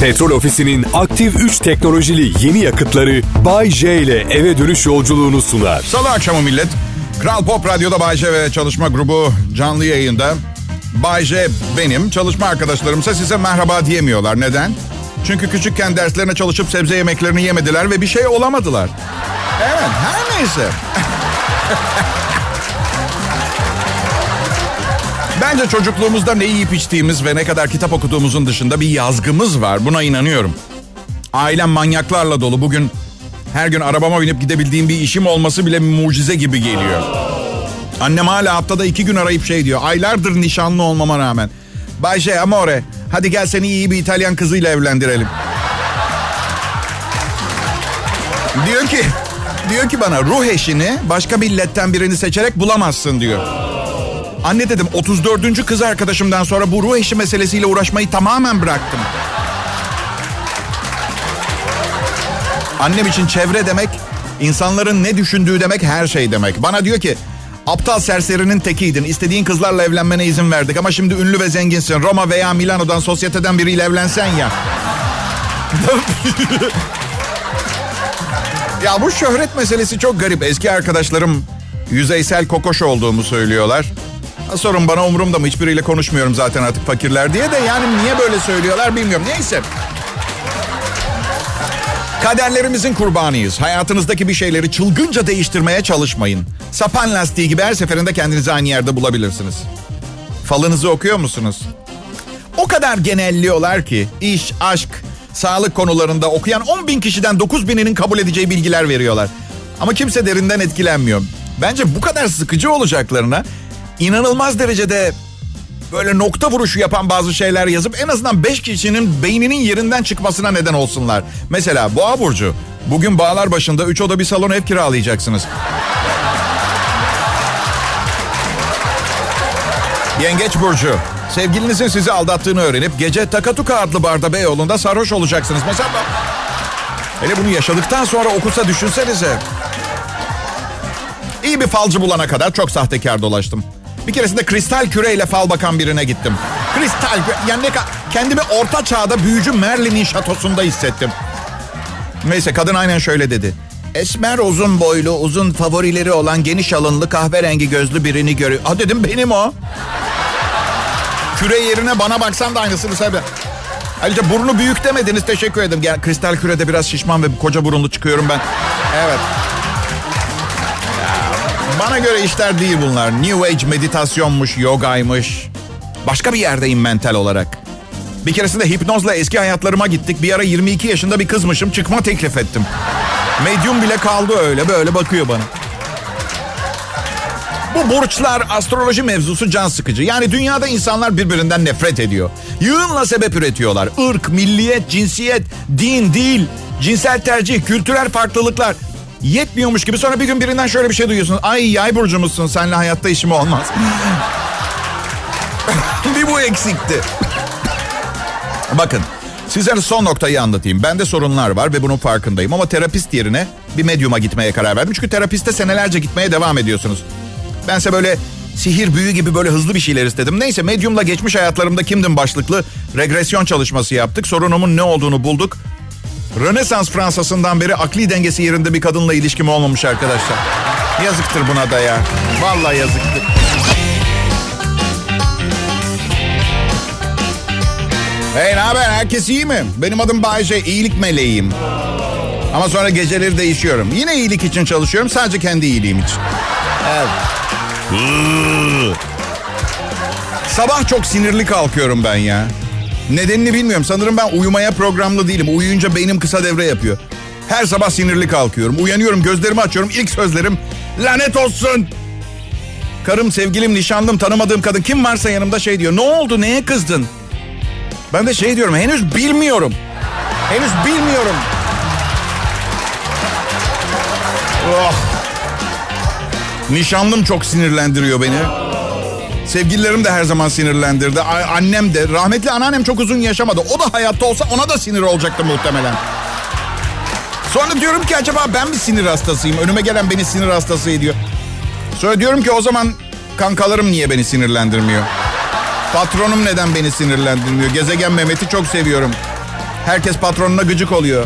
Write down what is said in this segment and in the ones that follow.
Petrol Ofisi'nin aktif 3 teknolojili yeni yakıtları Bay J ile eve dönüş yolculuğunu sunar. Salı akşamı millet. Kral Pop Radyo'da Bay J ve çalışma grubu canlı yayında. Bay J benim, çalışma arkadaşlarımsa size merhaba diyemiyorlar. Neden? Çünkü küçükken derslerine çalışıp sebze yemeklerini yemediler ve bir şey olamadılar. Evet, her neyse. Bence çocukluğumuzda ne yiyip içtiğimiz ve ne kadar kitap okuduğumuzun dışında bir yazgımız var. Buna inanıyorum. Ailem manyaklarla dolu. Bugün her gün arabama binip gidebildiğim bir işim olması bile bir mucize gibi geliyor. Annem hala haftada 2 gün arayıp şey diyor. Aylardır nişanlı olmama rağmen. Bay J, amore, hadi gel seni iyi bir İtalyan kızıyla evlendirelim. Diyor ki bana, ruh eşini başka milletten birini seçerek bulamazsın diyor. Anne dedim, 34. kız arkadaşımdan sonra bu ruh eşi meselesiyle uğraşmayı tamamen bıraktım. Annem için çevre demek, insanların ne düşündüğü demek, her şey demek. Bana diyor ki, aptal serserinin tekiydin. İstediğin kızlarla evlenmene izin verdik. Ama şimdi ünlü ve zenginsin. Roma veya Milano'dan, sosyeteden biriyle evlensen ya. Ya bu şöhret meselesi çok garip. Eski arkadaşlarım yüzeysel kokoş olduğumu söylüyorlar. Sorun bana, umurumda mı? Hiçbiriyle konuşmuyorum zaten artık fakirler diye de. Yani niye böyle söylüyorlar bilmiyorum. Neyse. Kaderlerimizin kurbanıyız. Hayatınızdaki bir şeyleri çılgınca değiştirmeye çalışmayın. Sapan lastiği gibi her seferinde kendinizi aynı yerde bulabilirsiniz. Falınızı okuyor musunuz? O kadar genelliyorlar ki iş, aşk, sağlık konularında okuyan 10.000 kişiden 9.000'inin kabul edeceği bilgiler veriyorlar. Ama kimse derinden etkilenmiyor. Bence bu kadar sıkıcı olacaklarına inanılmaz derecede böyle nokta vuruşu yapan bazı şeyler yazıp en azından 5 kişinin beyninin yerinden çıkmasına neden olsunlar. Mesela Boğa burcu, bugün Bağlarbaşı'nda 3 oda bir salon ev kiralayacaksınız. Yengeç burcu, sevgilinizin sizi aldattığını öğrenip gece Takatuka adlı barda Beyoğlu'nda sarhoş olacaksınız. Mesela hele bunu yaşadıktan sonra okusa düşünsenize. İyi bir falcı bulana kadar çok sahtekar dolaştım. Bir keresinde kristal küreyle fal bakan birine gittim. Yani kendimi orta çağda büyücü Merlin'in şatosunda hissettim. Neyse, kadın aynen şöyle dedi. Esmer, uzun boylu, uzun favorileri olan geniş alınlı, kahverengi gözlü birini görüyor. Ha dedim, benim o. Küre yerine bana baksan da aynısını söyle. Ayrıca burnu büyük demediniz, teşekkür ederim. Yani kristal kürede biraz şişman ve koca burunlu çıkıyorum ben. Evet. Bana göre işler değil bunlar. New Age meditasyonmuş, yogaymış. Başka bir yerdeyim mental olarak. Bir keresinde hipnozla eski hayatlarıma gittik. Bir ara 22 yaşında bir kızmışım. Çıkma teklif ettim. Medyum bile kaldı öyle. Böyle bakıyor bana. Bu burçlar, astroloji mevzusu can sıkıcı. Yani dünyada insanlar birbirinden nefret ediyor. Yığınla sebep üretiyorlar. Irk, milliyet, cinsiyet, din, dil, cinsel tercih, kültürel farklılıklar. Yetmiyormuş gibi sonra bir gün birinden şöyle bir şey duyuyorsun. Ay, yay burcu musun? Seninle hayatta işim olmaz. Bir bu eksikti. Bakın, size son noktayı anlatayım. Bende sorunlar var ve bunun farkındayım. Ama terapist yerine bir medyuma gitmeye karar verdim. Çünkü terapiste senelerce gitmeye devam ediyorsunuz. Bense böyle sihir, büyü gibi böyle hızlı bir şeyler istedim. Neyse, medyumla geçmiş hayatlarımda kimdim başlıklı regresyon çalışması yaptık. Sorunumun ne olduğunu bulduk. Rönesans Fransa'sından beri akli dengesi yerinde bir kadınla ilişkim olmamış arkadaşlar. Yazıktır buna da ya. Vallahi yazıktır. Hey, ne haber? Herkes iyi mi? Benim adım Bay J. İyilik meleğiyim. Ama sonra geceleri değişiyorum. Yine iyilik için çalışıyorum. Sadece kendi iyiliğim için. Evet. Sabah çok sinirli kalkıyorum ben ya. Nedenini bilmiyorum. Sanırım ben uyumaya programlı değilim. Uyuyunca beynim kısa devre yapıyor. Her sabah sinirli kalkıyorum. Uyanıyorum, gözlerimi açıyorum. İlk sözlerim lanet olsun. Karım, sevgilim, nişanlım, tanımadığım kadın kim varsa yanımda şey diyor. Ne oldu? Neye kızdın? Ben de şey diyorum. Henüz bilmiyorum. Oh. Nişanlım çok sinirlendiriyor beni. Sevgililerim de her zaman sinirlendirdi. Annem de. Rahmetli anneannem çok uzun yaşamadı. O da hayatta olsa ona da sinir olacaktı muhtemelen. Sonra diyorum ki acaba ben mi sinir hastasıyım? Önüme gelen beni sinir hastası ediyor. Sonra diyorum ki o zaman kankalarım niye beni sinirlendirmiyor? Patronum neden beni sinirlendirmiyor? Gezegen Mehmet'i çok seviyorum. Herkes patronuna gıcık oluyor.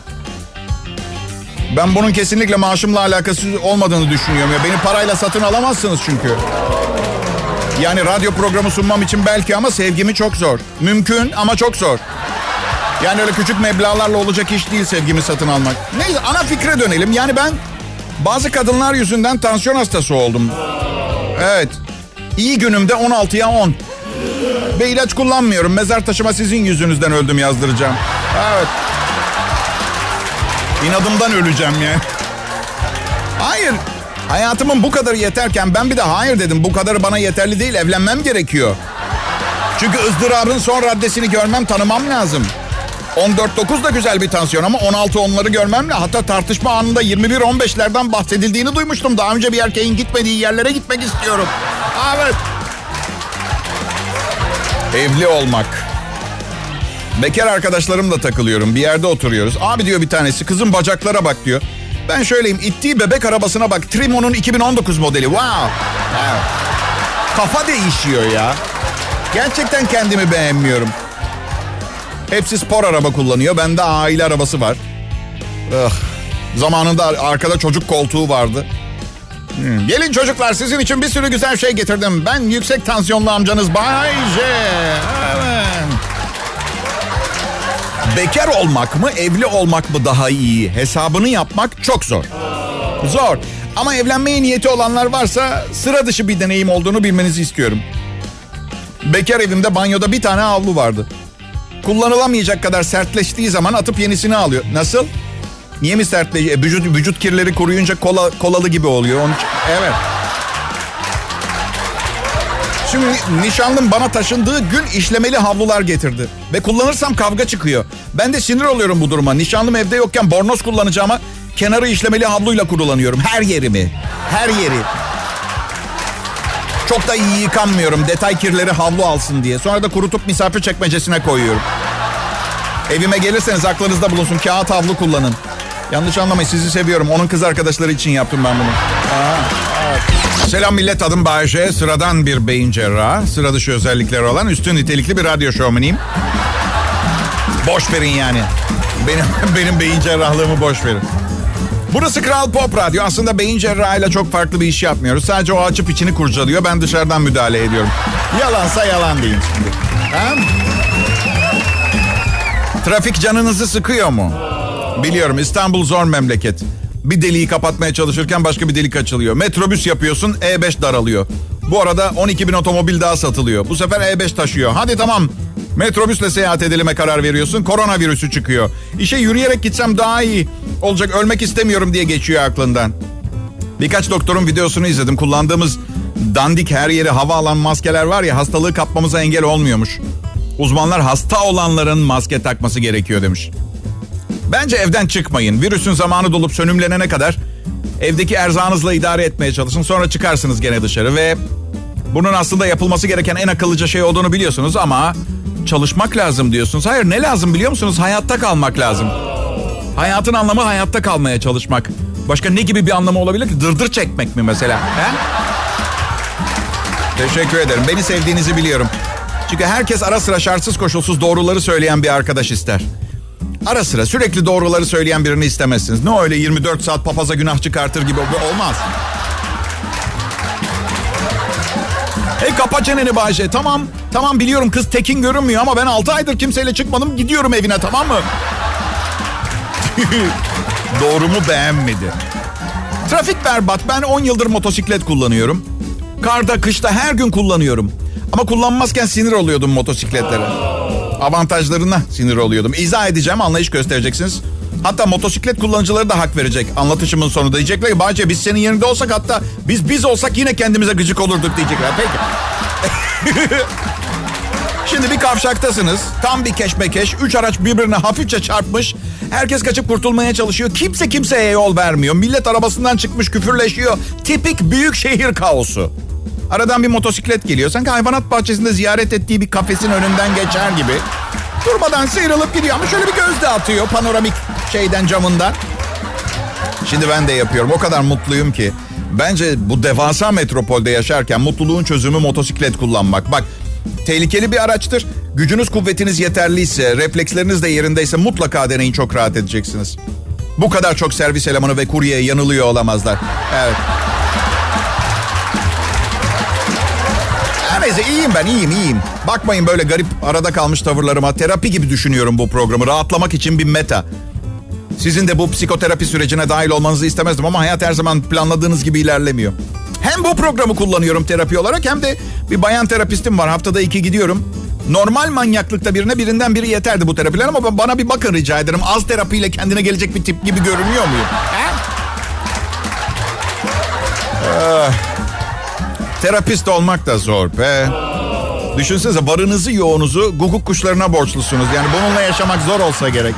Ben bunun kesinlikle maaşımla alakası olmadığını düşünüyorum. Ya beni parayla satın alamazsınız çünkü. Yani radyo programı sunmam için belki ama sevgimi çok zor. Mümkün ama çok zor. Yani öyle küçük meblağlarla olacak iş değil sevgimi satın almak. Neyse, ana fikre dönelim. Yani ben bazı kadınlar yüzünden tansiyon hastası oldum. Evet. İyi günümde 16'ya 10. Ve ilaç kullanmıyorum. Mezar taşıma sizin yüzünüzden öldüm yazdıracağım. Evet. İnadımdan öleceğim ya. Hayır. Hayatımın bu kadarı yeterken ben bir de hayır dedim. Bu kadarı bana yeterli değil. Evlenmem gerekiyor. Çünkü ızdırabın son raddesini görmem, tanımam lazım. 14-9 da güzel bir tansiyon ama 16-10'ları görmem lazım. Hatta tartışma anında 21-15'lerden bahsedildiğini duymuştum. Daha önce bir erkeğin gitmediği yerlere gitmek istiyorum. Evet. Evli olmak. Bekar arkadaşlarımla takılıyorum. Bir yerde oturuyoruz. Abi diyor bir tanesi, kızın bacaklara bak diyor. Ben şöyleyim, ittiği bebek arabasına bak. Trimo'nun 2019 modeli. Wow. Evet. Kafa değişiyor ya. Gerçekten kendimi beğenmiyorum. Hepsi spor araba kullanıyor. Bende aile arabası var. Zamanında arkada çocuk koltuğu vardı. Gelin çocuklar, sizin için bir sürü güzel şey getirdim. Ben yüksek tansiyonlu amcanız Bay J. Evet. Bekar olmak mı, evli olmak mı daha iyi? Hesabını yapmak çok zor. Zor. Ama evlenmeye niyeti olanlar varsa sıra dışı bir deneyim olduğunu bilmenizi istiyorum. Bekar evimde banyoda bir tane havlu vardı. Kullanılamayacak kadar sertleştiği zaman atıp yenisini alıyor. Nasıl? Niye mi sertleşiyor? Vücut kirleri kuruyunca kolalı gibi oluyor. Onun için... Evet. Şimdi nişanlım bana taşındığı gün işlemeli havlular getirdi. Ve kullanırsam kavga çıkıyor. Ben de sinir oluyorum bu duruma. Nişanlım evde yokken bornoz kullanacağıma kenarı işlemeli havluyla kurulanıyorum. Her yerimi. Her yeri. Çok da iyi yıkanmıyorum. Detay kirleri havlu alsın diye. Sonra da kurutup misafir çekmecesine koyuyorum. Evime gelirseniz aklınızda bulunsun. Kağıt havlu kullanın. Yanlış anlamayın, sizi seviyorum. Onun kız arkadaşları için yaptım ben bunu. Evet. Selam millet, adım Bayece. Sıradan bir beyin cerrahı. Sıra dışı özellikleri olan üstün nitelikli bir radyo şovmeniyim. Boş verin yani. Benim beyin cerrahlığımı boş verin. Burası Kral Pop Radyo. Aslında beyin cerrahıyla çok farklı bir iş yapmıyoruz. Sadece o açıp içini kurcalıyor. Ben dışarıdan müdahale ediyorum. Yalansa yalan deyin şimdi. Ha? Trafik canınızı sıkıyor mu? Biliyorum, İstanbul zor memleket. Bir deliği kapatmaya çalışırken başka bir delik açılıyor. Metrobüs yapıyorsun, E5 daralıyor. Bu arada 12.000 otomobil daha satılıyor. Bu sefer E5 taşıyor. Hadi tamam, metrobüsle seyahat edelim'e karar veriyorsun. Koronavirüsü çıkıyor. İşe yürüyerek gitsem daha iyi olacak, ölmek istemiyorum diye geçiyor aklından. Birkaç doktorun videosunu izledim. Kullandığımız dandik her yere hava alan maskeler var ya, hastalığı kapmamıza engel olmuyormuş. Uzmanlar hasta olanların maske takması gerekiyor demiş. Bence evden çıkmayın. Virüsün zamanı dolup sönümlenene kadar evdeki erzağınızla idare etmeye çalışın. Sonra çıkarsınız gene dışarı ve bunun aslında yapılması gereken en akıllıca şey olduğunu biliyorsunuz ama çalışmak lazım diyorsunuz. Hayır, ne lazım biliyor musunuz? Hayatta kalmak lazım. Hayatın anlamı hayatta kalmaya çalışmak. Başka ne gibi bir anlamı olabilir ki? Dırdır çekmek mi mesela? He? Teşekkür ederim. Beni sevdiğinizi biliyorum. Çünkü herkes ara sıra şartsız koşulsuz doğruları söyleyen bir arkadaş ister. Ara sıra sürekli doğruları söyleyen birini istemezsiniz. Ne öyle 24 saat papaza günah çıkartır gibi olmaz. Hey, kapa çeneni Bayce. Tamam biliyorum kız tekin görünmüyor ama ben 6 aydır kimseyle çıkmadım. Gidiyorum evine, tamam mı? Doğrumu beğenmedi. Trafik berbat. Ben 10 yıldır motosiklet kullanıyorum. Karda, kışta her gün kullanıyorum. Ama kullanmazken sinir oluyordum motosikletlere. Avantajlarına sinir oluyordum. İzah edeceğim, anlayış göstereceksiniz. Hatta motosiklet kullanıcıları da hak verecek. Anlatışımın sonunda diyecekler ki Bahçe biz senin yerinde olsak, hatta biz olsak yine kendimize gıcık olurduk diyecekler. Peki. Şimdi bir kavşaktasınız. Tam bir keşmekeş. 3 araç birbirine hafifçe çarpmış. Herkes kaçıp kurtulmaya çalışıyor. Kimse kimseye yol vermiyor. Millet arabasından çıkmış küfürleşiyor. Tipik büyük şehir kaosu. Aradan bir motosiklet geliyor. Sanki hayvanat bahçesinde ziyaret ettiği bir kafesin önünden geçer gibi. Durmadan sıyrılıp gidiyor ama şöyle bir gözde atıyor panoramik camından. Şimdi ben de yapıyorum. O kadar mutluyum ki. Bence bu devasa metropolde yaşarken mutluluğun çözümü motosiklet kullanmak. Bak, tehlikeli bir araçtır. Gücünüz, kuvvetiniz yeterliyse, refleksleriniz de yerindeyse mutlaka deneyin, çok rahat edeceksiniz. Bu kadar çok servis elemanı ve kurye yanılıyor olamazlar. Evet. Neyse, iyiyim. Bakmayın böyle garip arada kalmış tavırlarıma. Terapi gibi düşünüyorum bu programı. Rahatlamak için bir meta. Sizin de bu psikoterapi sürecine dahil olmanızı istemezdim ama hayat her zaman planladığınız gibi ilerlemiyor. Hem bu programı kullanıyorum terapi olarak, hem de bir bayan terapistim var. Haftada 2 gidiyorum. Normal manyaklıkta birinden biri yeterdi bu terapiler ama bana bir bakın rica ederim. Az terapiyle kendine gelecek bir tip gibi görünüyor muyum? Terapist olmak da zor be. Düşünsenize, varınızı yoğunuzu guguk kuşlarına borçlusunuz. Yani bununla yaşamak zor olsa gerek.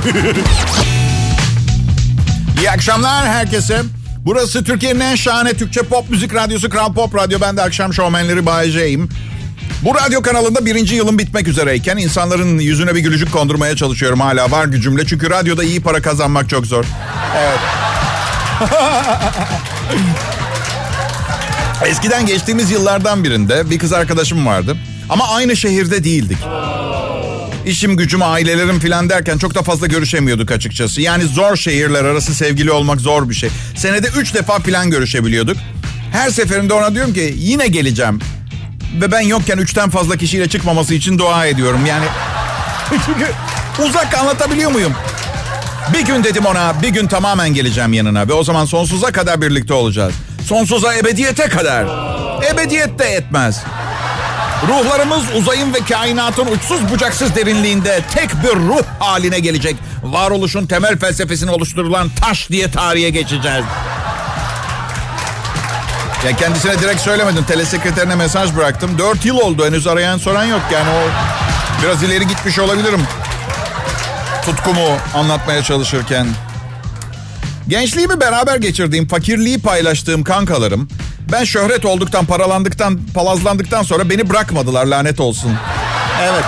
İyi akşamlar herkese. Burası Türkiye'nin en şahane Türkçe pop müzik radyosu Kral Pop Radyo. Ben de akşam şovmenleri Bay J'yim. Bu radyo kanalında 1. yılım bitmek üzereyken insanların yüzüne bir gülücük kondurmaya çalışıyorum hala var gücümle. Çünkü radyoda iyi para kazanmak çok zor. Evet. Eskiden geçtiğimiz yıllardan birinde bir kız arkadaşım vardı. Ama aynı şehirde değildik. İşim gücüm, ailelerim filan derken çok da fazla görüşemiyorduk açıkçası. Yani zor, şehirler arası sevgili olmak zor bir şey. Senede 3 defa filan görüşebiliyorduk. Her seferinde ona diyorum ki yine geleceğim. Ve ben yokken 3'ten fazla kişiyle çıkmaması için dua ediyorum. Yani çünkü uzak, anlatabiliyor muyum? Bir gün dedim ona, bir gün tamamen geleceğim yanına. Ve o zaman sonsuza kadar birlikte olacağız. Sonsuza, ebediyete kadar. Ebediyet de etmez. Ruhlarımız uzayın ve kainatın uçsuz bucaksız derinliğinde tek bir ruh haline gelecek. Varoluşun temel felsefesini oluşturulan taş diye tarihe geçeceğiz. Ya kendisine direkt söylemedim. Telesekreterine mesaj bıraktım. 4 yıl oldu, henüz arayan soran yok. Yani o biraz ileri gitmiş olabilirim. Tutkumu anlatmaya çalışırken. Gençliğimi beraber geçirdiğim, fakirliği paylaştığım kankalarım, ben şöhret olduktan, paralandıktan, palazlandıktan sonra beni bırakmadılar, lanet olsun. Evet.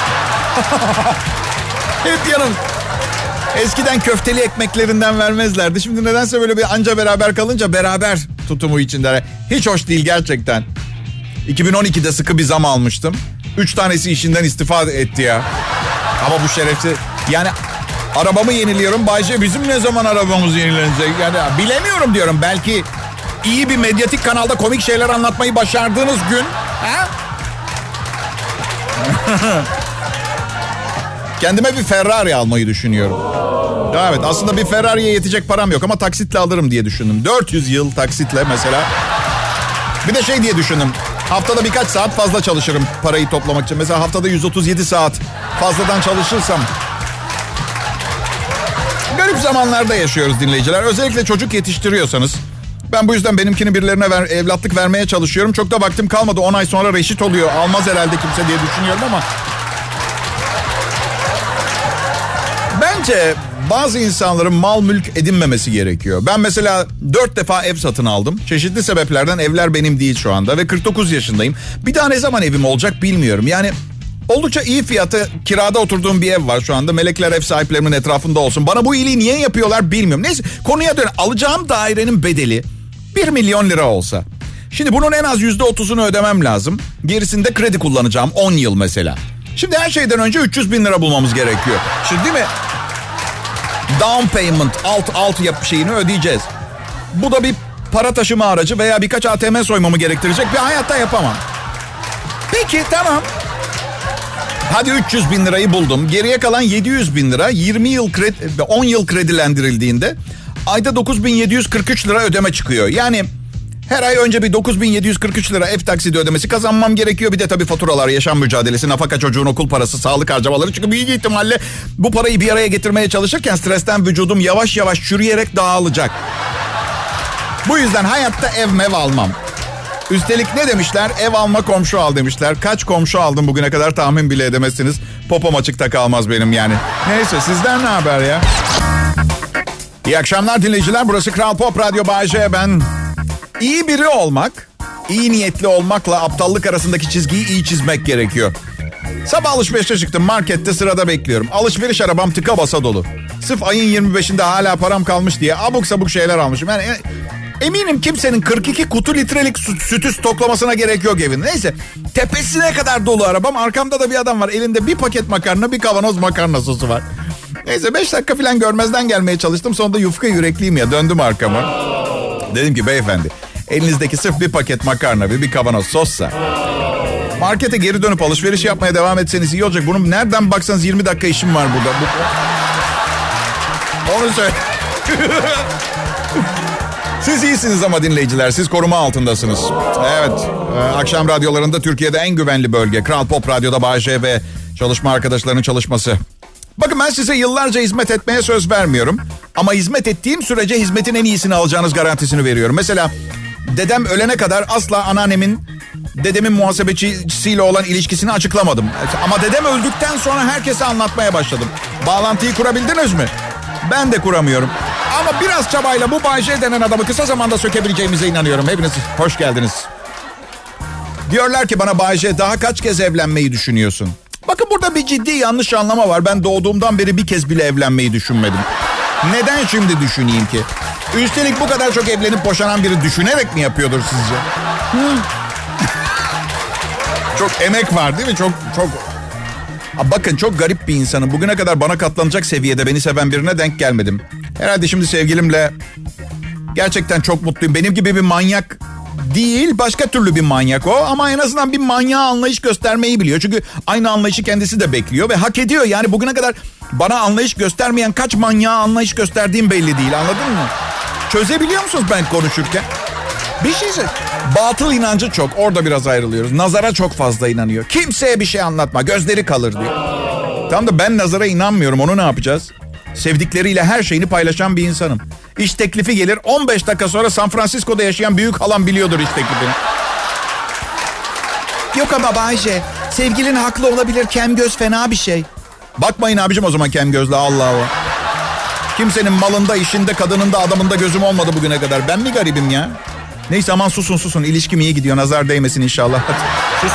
Hep yanım. Eskiden köfteli ekmeklerinden vermezlerdi. Şimdi nedense böyle bir anca beraber kalınca beraber tutumu içinde. Hiç hoş değil gerçekten. 2012'de sıkı bir zam almıştım. 3 tanesi işinden istifa etti ya. Ama bu şerefsiz. Yani arabamı yeniliyorum. Bayce, bizim ne zaman arabamız yenilenecek? Yani bilemiyorum diyorum. Belki iyi bir medyatik kanalda komik şeyler anlatmayı başardığınız gün. Ha? Kendime bir Ferrari almayı düşünüyorum. Evet, aslında bir Ferrari'ye yetecek param yok ama taksitle alırım diye düşündüm. 400 yıl taksitle mesela. Bir de şey diye düşündüm. Haftada birkaç saat fazla çalışırım parayı toplamak için. Mesela haftada 137 saat fazladan çalışırsam. Garip zamanlarda yaşıyoruz dinleyiciler. Özellikle çocuk yetiştiriyorsanız. Ben bu yüzden benimkini birilerine evlatlık vermeye çalışıyorum. Çok da vaktim kalmadı. 10 ay sonra reşit oluyor. Almaz herhalde kimse diye düşünüyorum ama. Bence bazı insanların mal mülk edinmemesi gerekiyor. Ben mesela 4 defa ev satın aldım. Çeşitli sebeplerden evler benim değil şu anda. Ve 49 yaşındayım. Bir daha ne zaman evim olacak bilmiyorum. Yani oldukça iyi fiyata kirada oturduğum bir ev var şu anda. Melekler ev sahiplerimin etrafında olsun. Bana bu iyiliği niye yapıyorlar bilmiyorum. Neyse, konuya dön. Alacağım dairenin bedeli 1 milyon lira olsa. Şimdi bunun en az %30'unu ödemem lazım. Gerisinde kredi kullanacağım 10 yıl mesela. Şimdi her şeyden önce 300 bin lira bulmamız gerekiyor. Şimdi değil mi? Down payment, alt şeyini ödeyeceğiz. Bu da bir para taşıma aracı veya birkaç ATM soymamı gerektirecek. Bir hayatta yapamam. Peki tamam. Hadi 300 bin lirayı buldum. Geriye kalan 700 bin lira 10 yıl kredilendirildiğinde ayda 9.743 lira ödeme çıkıyor. Yani her ay önce bir 9.743 lira ev taksidi ödemesi kazanmam gerekiyor. Bir de tabii faturalar, yaşam mücadelesi, nafaka, çocuğun okul parası, sağlık harcamaları. Çünkü büyük ihtimalle bu parayı bir araya getirmeye çalışırken stresten vücudum yavaş yavaş çürüyerek dağılacak. Bu yüzden hayatta ev mev almam. Üstelik ne demişler? Ev alma komşu al demişler. Kaç komşu aldım bugüne kadar tahmin bile edemezsiniz. Popom açıkta kalmaz benim yani. Neyse, sizden ne haber ya? İyi akşamlar dinleyiciler. Burası Kral Pop Radyo Bay J. Ben iyi biri olmak, iyi niyetli olmakla aptallık arasındaki çizgiyi iyi çizmek gerekiyor. Sabah alışverişe çıktım. Markette sırada bekliyorum. Alışveriş arabam tıka basa dolu. Sırf ayın 25'inde hala param kalmış diye abuk sabuk şeyler almışım. Yani Eminim kimsenin 42 kutu litrelik sütü stoklamasına gerek yok evinde. Neyse, tepesine kadar dolu arabam. Arkamda da bir adam var. Elinde bir paket makarna, bir kavanoz makarna sosu var. Neyse 5 dakika falan görmezden gelmeye çalıştım. Sonunda yufka yürekliyim ya, döndüm arkama. Dedim ki beyefendi, elinizdeki sırf bir paket makarna ve bir kavanoz sossa, markete geri dönüp alışveriş yapmaya devam etseniz iyi olacak. Bunun nereden baksanız 20 dakika işim var burada. Onu söyle. Siz iyisiniz ama dinleyiciler, siz koruma altındasınız. Evet, akşam radyolarında Türkiye'de en güvenli bölge Kral Pop Radyo'da Bay J ve çalışma arkadaşlarının çalışması. Bakın, ben size yıllarca hizmet etmeye söz vermiyorum. Ama hizmet ettiğim sürece hizmetin en iyisini alacağınız garantisini veriyorum. Mesela dedem ölene kadar asla dedemin muhasebecisiyle olan ilişkisini açıklamadım. Ama dedem öldükten sonra herkese anlatmaya başladım. Bağlantıyı kurabildiniz mi? Ben de kuramıyorum. Ama biraz çabayla bu Bay J denen adamı kısa zamanda sökebileceğimize inanıyorum. Hepiniz hoş geldiniz. Diyorlar ki bana, Bay J daha kaç kez evlenmeyi düşünüyorsun? Bakın, burada bir ciddi yanlış anlama var. Ben doğduğumdan beri bir kez bile evlenmeyi düşünmedim. Neden şimdi düşüneyim ki? Üstelik bu kadar çok evlenip boşanan biri düşünerek mi yapıyordur sizce? Çok emek var değil mi? Çok. Bakın, çok garip bir insanım. Bugüne kadar bana katlanacak seviyede beni seven birine denk gelmedim. Herhalde şimdi sevgilimle gerçekten çok mutluyum. Benim gibi bir manyak değil, başka türlü bir manyak o. Ama en azından bir manyağa anlayış göstermeyi biliyor. Çünkü aynı anlayışı kendisi de bekliyor ve hak ediyor. Yani bugüne kadar bana anlayış göstermeyen kaç manyağa anlayış gösterdiğim belli değil, anladın mı? Çözebiliyor musunuz ben konuşurken? Bir şey söyleyeyim. Batıl inancı çok. Orada biraz ayrılıyoruz. Nazara çok fazla inanıyor. Kimseye bir şey anlatma, gözleri kalır diyor. Tam da ben nazara inanmıyorum. Onu ne yapacağız? Sevdikleriyle her şeyini paylaşan bir insanım. İş teklifi gelir. 15 dakika sonra San Francisco'da yaşayan büyük halam biliyordur iş teklifini. Yok ama Bay J, sevgilin haklı olabilir. Kem göz fena bir şey. Bakmayın abicim o zaman kem gözle, Allah Allah. Kimsenin malında, işinde, kadınında, adamında gözüm olmadı bugüne kadar. Ben mi garibim ya? Neyse, aman susun. İlişkim iyi gidiyor. Nazar değmesin inşallah. Sus.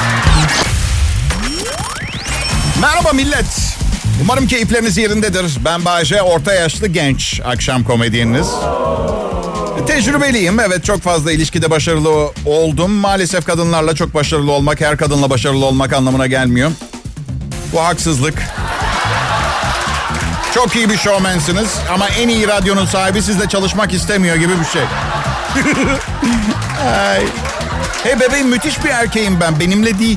Merhaba millet. Umarım keyifleriniz yerindedir. Ben Bay J, orta yaşlı genç akşam komedyeniniz. Tecrübeliyim. Evet, çok fazla ilişkide başarılı oldum. Maalesef kadınlarla çok başarılı olmak, her kadınla başarılı olmak anlamına gelmiyor. Bu haksızlık. Çok iyi bir şovmensiniz ama en iyi radyonun sahibi sizle çalışmak istemiyor gibi bir şey. Hey bebeğim, müthiş bir erkeğim ben. Benimle değil.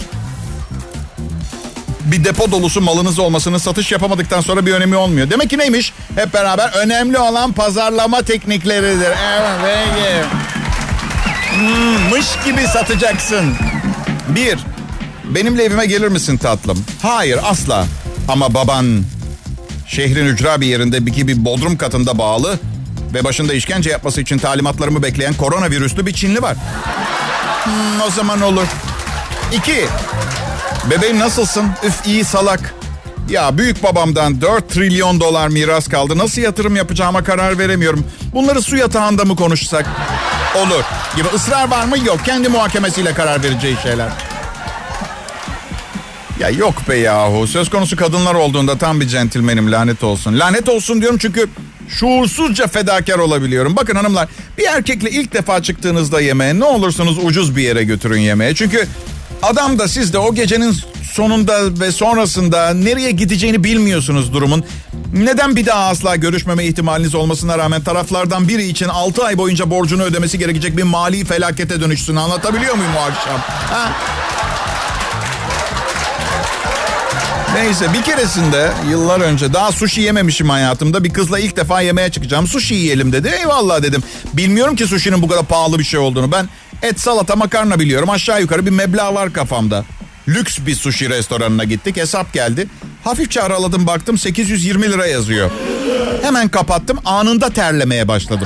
Bir depo dolusu malınız olmasının satış yapamadıktan sonra bir önemi olmuyor. Demek ki neymiş? Hep beraber önemli olan pazarlama teknikleridir. Evet. Mış gibi satacaksın. 1. Benimle evime gelir misin tatlım? Hayır, asla. Ama baban şehrin ücra bir yerinde bir bodrum katında bağlı ve başında işkence yapması için talimatlarımı bekleyen koronavirüslü bir Çinli var. O zaman olur. 2. Bebeğim nasılsın? Üf, iyi salak. Ya büyük babamdan 4 trilyon dolar miras kaldı. Nasıl yatırım yapacağıma karar veremiyorum. Bunları su yatağında mı konuşsak? Olur. Gibi ısrar var mı? Yok. Kendi muhakemesiyle karar vereceği şeyler. Ya yok be yahu. Söz konusu kadınlar olduğunda tam bir centilmenim, lanet olsun. Lanet olsun diyorum çünkü şuursuzca fedakar olabiliyorum. Bakın hanımlar, bir erkekle ilk defa çıktığınızda yemeğe ne olursunuz ucuz bir yere götürün yemeğe. Çünkü adam da siz de o gecenin sonunda ve sonrasında nereye gideceğini bilmiyorsunuz durumun. Neden bir daha asla görüşmeme ihtimaliniz olmasına rağmen taraflardan biri için 6 ay boyunca borcunu ödemesi gerekecek bir mali felakete dönüşsün, anlatabiliyor muyum o akşam? Ha? Neyse, bir keresinde yıllar önce, daha sushi yememişim hayatımda, bir kızla ilk defa yemeğe çıkacağım. Sushi yiyelim dedi. Eyvallah dedim. Bilmiyorum ki sushi'nin bu kadar pahalı bir şey olduğunu. Ben et, salata, makarna biliyorum. Aşağı yukarı bir meblağ var kafamda. Lüks bir sushi restoranına gittik. Hesap geldi. Hafifçe araladım, baktım 820 lira yazıyor. Hemen kapattım. Anında terlemeye başladım.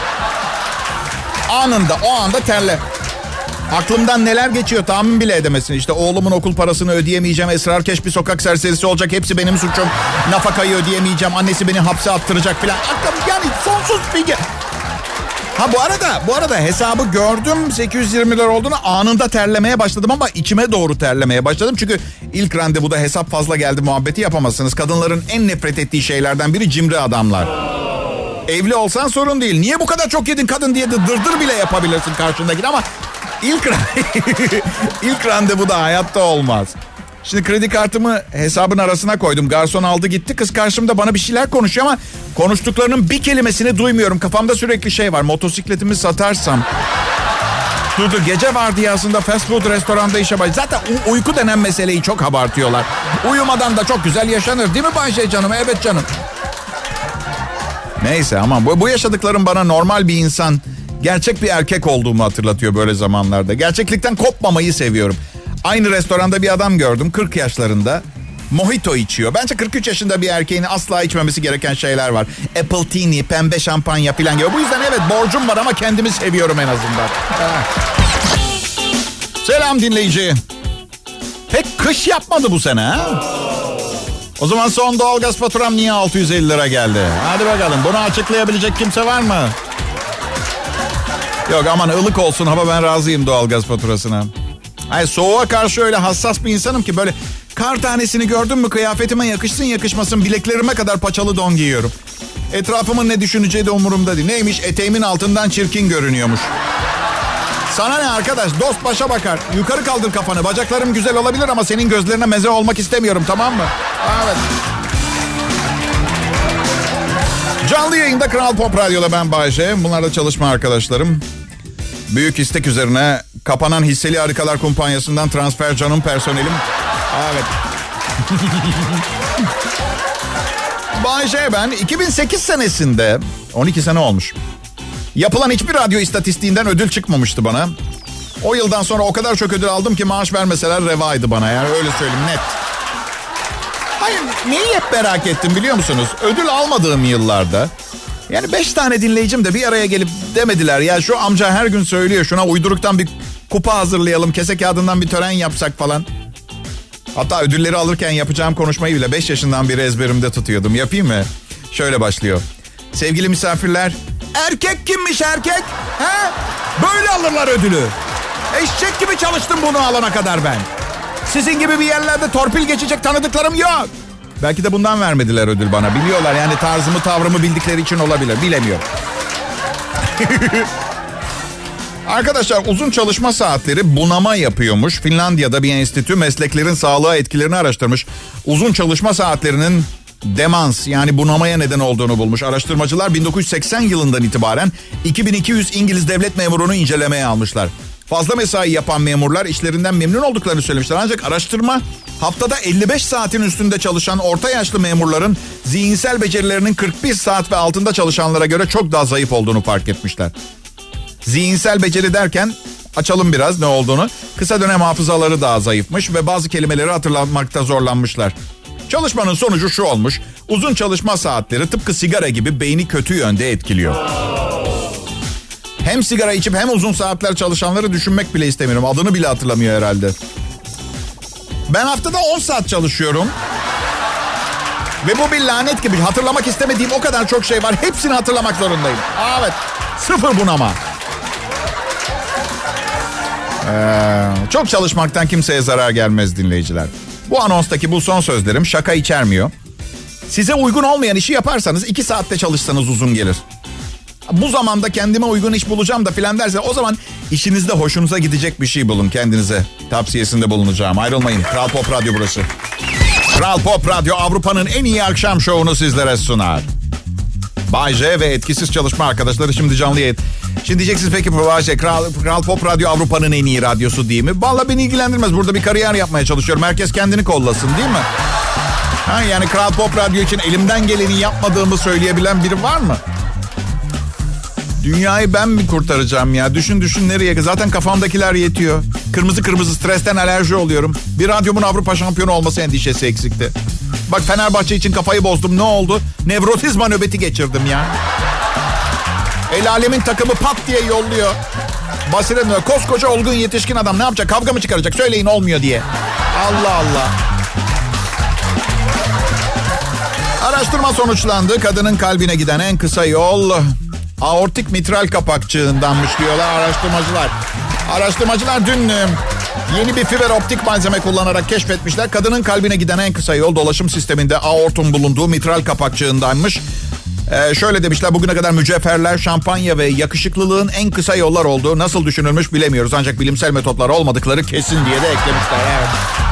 O anda terle. Aklımdan neler geçiyor tahmin bile edemezsin. İşte oğlumun okul parasını ödeyemeyeceğim. Esrarkeş bir sokak serserisi olacak. Hepsi benim suçum. Nafakayı ödeyemeyeceğim. Annesi beni hapse attıracak filan. Yani sonsuz bilgi. Ha bu arada hesabı gördüm. 820 lira olduğunu, anında terlemeye başladım ama içime doğru terlemeye başladım. Çünkü ilk randevuda hesap fazla geldi muhabbeti yapamazsınız. Kadınların en nefret ettiği şeylerden biri cimri adamlar. Evli olsan sorun değil. Niye bu kadar çok yedin kadın diye de dırdır bile yapabilirsin karşındakine ama ilk randevu da hayatta olmaz. Şimdi kredi kartımı hesabın arasına koydum. Garson aldı gitti. Kız karşımda bana bir şeyler konuşuyor ama konuştuklarının bir kelimesini duymuyorum. Kafamda sürekli şey var. Motosikletimi satarsam. Dur gece vardiyasında fast food restoranda işe başlayacağım. Zaten uyku denen meseleyi çok abartıyorlar. Uyumadan da çok güzel yaşanır değil mi Bayşe canım? Evet canım. Neyse ama bu yaşadıklarım bana normal bir insan, gerçek bir erkek olduğumu hatırlatıyor böyle zamanlarda. Gerçeklikten kopmamayı seviyorum. Aynı restoranda bir adam gördüm 40 yaşlarında. Mojito içiyor. Bence 43 yaşında bir erkeğin asla içmemesi gereken şeyler var. Apple Tea'ni, pembe şampanya falan gibi. Bu yüzden evet borcum var ama kendimi seviyorum en azından. Selam dinleyici. Pek kış yapmadı bu sene ha? O zaman son doğalgaz faturam niye 650 lira geldi? Hadi bakalım bunu açıklayabilecek kimse var mı? Yok aman ılık olsun hava, ben razıyım doğalgaz faturasına. Hayır, soğuğa karşı öyle hassas bir insanım ki böyle kar tanesini gördüm mü kıyafetime yakışsın yakışmasın bileklerime kadar paçalı don giyiyorum. Etrafımın ne düşüneceği de umurumda değil. Neymiş, eteğimin altından çirkin görünüyormuş. Sana ne arkadaş, dost başa bakar. Yukarı kaldır kafanı, bacaklarım güzel olabilir ama senin gözlerine meze olmak istemiyorum, tamam mı? Evet. Canlı yayında Kral Pop Radyo'da ben Bayşe. Bunlar da çalışma arkadaşlarım. Büyük istek üzerine kapanan Hisseli Harikalar Kumpanyası'ndan transfer canım personelim. Evet. Bayşe ben 2008 senesinde 12 sene olmuş. Yapılan hiçbir radyo istatistiğinden ödül çıkmamıştı bana. O yıldan sonra o kadar çok ödül aldım ki maaş vermeseler revaydı bana, yani öyle söyleyeyim net. Hayır, neyi hep merak ettim biliyor musunuz? Ödül almadığım yıllarda yani 5 tane dinleyicim de bir araya gelip demediler ya şu amca her gün söylüyor, şuna uyduruktan bir kupa hazırlayalım, kese kağıdından bir tören yapsak falan. Hatta ödülleri alırken yapacağım konuşmayı bile 5 yaşından beri ezberimde tutuyordum. Yapayım mı? Şöyle başlıyor. Sevgili misafirler, erkek kimmiş erkek? He? Böyle alırlar ödülü. Eşek gibi çalıştım bunu alana kadar ben. Sizin gibi bir yerlerde torpil geçecek tanıdıklarım yok. Belki de bundan vermediler ödül bana. Biliyorlar yani, tarzımı tavrımı bildikleri için olabilir. Bilemiyorum. Arkadaşlar, uzun çalışma saatleri bunama yapıyormuş. Finlandiya'da bir enstitü mesleklerin sağlığa etkilerini araştırmış. Uzun çalışma saatlerinin demans, yani bunamaya neden olduğunu bulmuş. Araştırmacılar 1980 yılından itibaren 2200 İngiliz devlet memurunu incelemeye almışlar. Fazla mesai yapan memurlar işlerinden memnun olduklarını söylemişler. Ancak araştırma haftada 55 saatin üstünde çalışan orta yaşlı memurların zihinsel becerilerinin 41 saat ve altında çalışanlara göre çok daha zayıf olduğunu fark etmişler. Zihinsel beceri derken açalım biraz ne olduğunu. Kısa dönem hafızaları daha zayıfmış ve bazı kelimeleri hatırlamakta zorlanmışlar. Çalışmanın sonucu şu olmuş: uzun çalışma saatleri tıpkı sigara gibi beyni kötü yönde etkiliyor. Hem sigara içip hem uzun saatler çalışanları düşünmek bile istemiyorum. Adını bile hatırlamıyor herhalde. Ben haftada 10 saat çalışıyorum. Ve bu bir lanet gibi. Hatırlamak istemediğim o kadar çok şey var. Hepsini hatırlamak zorundayım. Evet. Sıfır bunama. Çok çalışmaktan kimseye zarar gelmez dinleyiciler. Bu anonstaki bu son sözlerim şaka içermiyor. Size uygun olmayan işi yaparsanız 2 saatte çalışsanız uzun gelir. Bu zamanda kendime uygun iş bulacağım da filan derse, o zaman işinizde hoşunuza gidecek bir şey bulun kendinize. Tavsiyesinde bulunacağım. Ayrılmayın. Kral Pop Radyo burası. Kral Pop Radyo Avrupa'nın en iyi akşam şovunu sizlere sunar. Bay J ve etkisiz çalışma arkadaşları şimdi canlı yayın. Şimdi diyeceksiniz peki Bay J, Kral Pop Radyo Avrupa'nın en iyi radyosu değil mi? Vallahi beni ilgilendirmez. Burada bir kariyer yapmaya çalışıyorum. Herkes kendini kollasın değil mi? Ha, yani Kral Pop Radyo için elimden geleni yapmadığımı söyleyebilen biri var mı? Dünyayı ben mi kurtaracağım ya? Düşün nereye? Zaten kafamdakiler yetiyor. Kırmızı stresten alerji oluyorum. Bir radyomun Avrupa şampiyonu olması endişesi eksikti. Bak Fenerbahçe için kafayı bozdum. Ne oldu? Nevrotizma nöbeti geçirdim ya. El alemin takımı pat diye yolluyor. Basiren koskoca olgun yetişkin adam ne yapacak? Kavga mı çıkaracak? Söyleyin olmuyor diye. Allah Allah. Araştırma sonuçlandı. Kadının kalbine giden en kısa yol aortik mitral kapakçığındanmış diyorlar araştırmacılar. Araştırmacılar dün yeni bir fiber optik malzeme kullanarak keşfetmişler. Kadının kalbine giden en kısa yol dolaşım sisteminde aortun bulunduğu mitral kapakçığındanmış. Şöyle demişler, bugüne kadar mücevherler, şampanya ve yakışıklılığın en kısa yollar olduğu nasıl düşünülmüş bilemiyoruz. Ancak bilimsel metotlar olmadıkları kesin diye de eklemişler. Evet.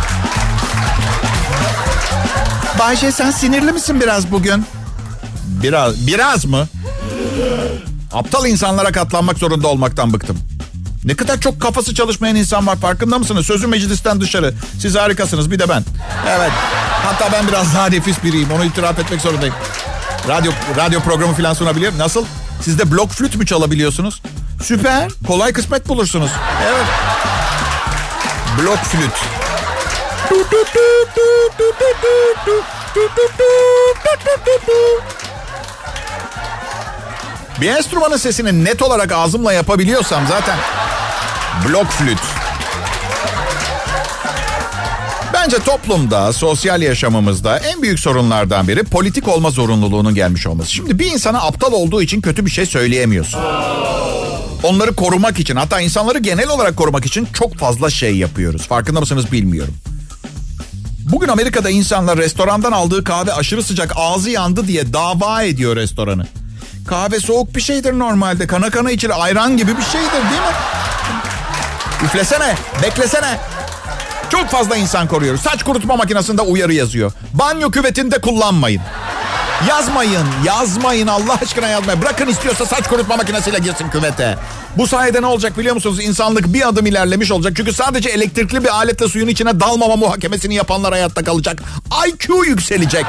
Bayşe, sen sinirli misin biraz bugün? Biraz mı? Aptal insanlara katlanmak zorunda olmaktan bıktım. Ne kadar çok kafası çalışmayan insan var, farkında mısınız? Sözü meclisten dışarı. Siz harikasınız, bir de ben. Evet. Hatta ben biraz daha nefis biriyim. Onu itiraf etmek zorundayım. Radyo programı falan sunabiliyorum. Nasıl? Siz de blok flüt mü çalabiliyorsunuz? Süper. Kolay kısmet bulursunuz. Evet. Blok flüt. Bir enstrümanın sesini net olarak ağzımla yapabiliyorsam zaten blok flüt. Bence toplumda, sosyal yaşamımızda en büyük sorunlardan biri politik olma zorunluluğunun gelmiş olması. Şimdi bir insana aptal olduğu için kötü bir şey söyleyemiyorsun. Onları korumak için, hatta insanları genel olarak korumak için çok fazla şey yapıyoruz. Farkında mısınız bilmiyorum. Bugün Amerika'da insanlar restorandan aldığı kahve aşırı sıcak, ağzı yandı diye dava ediyor restoranı. Kahve soğuk bir şeydir normalde. Kana kana içilir, ayran gibi bir şeydir değil mi? Üflesene, beklesene. Çok fazla insan koruyoruz. Saç kurutma makinesinde uyarı yazıyor. Banyo küvetinde kullanmayın. Yazmayın Allah aşkına yazmayın. Bırakın, istiyorsa saç kurutma makinesiyle girsin küvete. Bu sayede ne olacak biliyor musunuz? İnsanlık bir adım ilerlemiş olacak. Çünkü sadece elektrikli bir aletle suyun içine dalmama muhakemesini yapanlar hayatta kalacak. IQ yükselecek.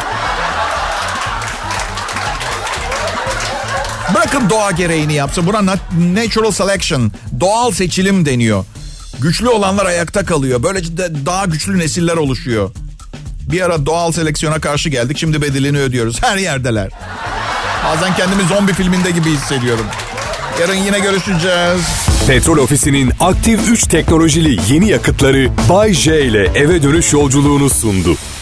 Bırakın doğa gereğini yapsın. Buna natural selection, doğal seçilim deniyor. Güçlü olanlar ayakta kalıyor. Böylece de daha güçlü nesiller oluşuyor. Bir ara doğal seleksiyona karşı geldik. Şimdi bedelini ödüyoruz. Her yerdeler. Bazen kendimi zombi filminde gibi hissediyorum. Yarın yine görüşeceğiz. Petrol Ofisi'nin aktif 3 teknolojili yeni yakıtları Bay J ile eve dönüş yolculuğunu sundu.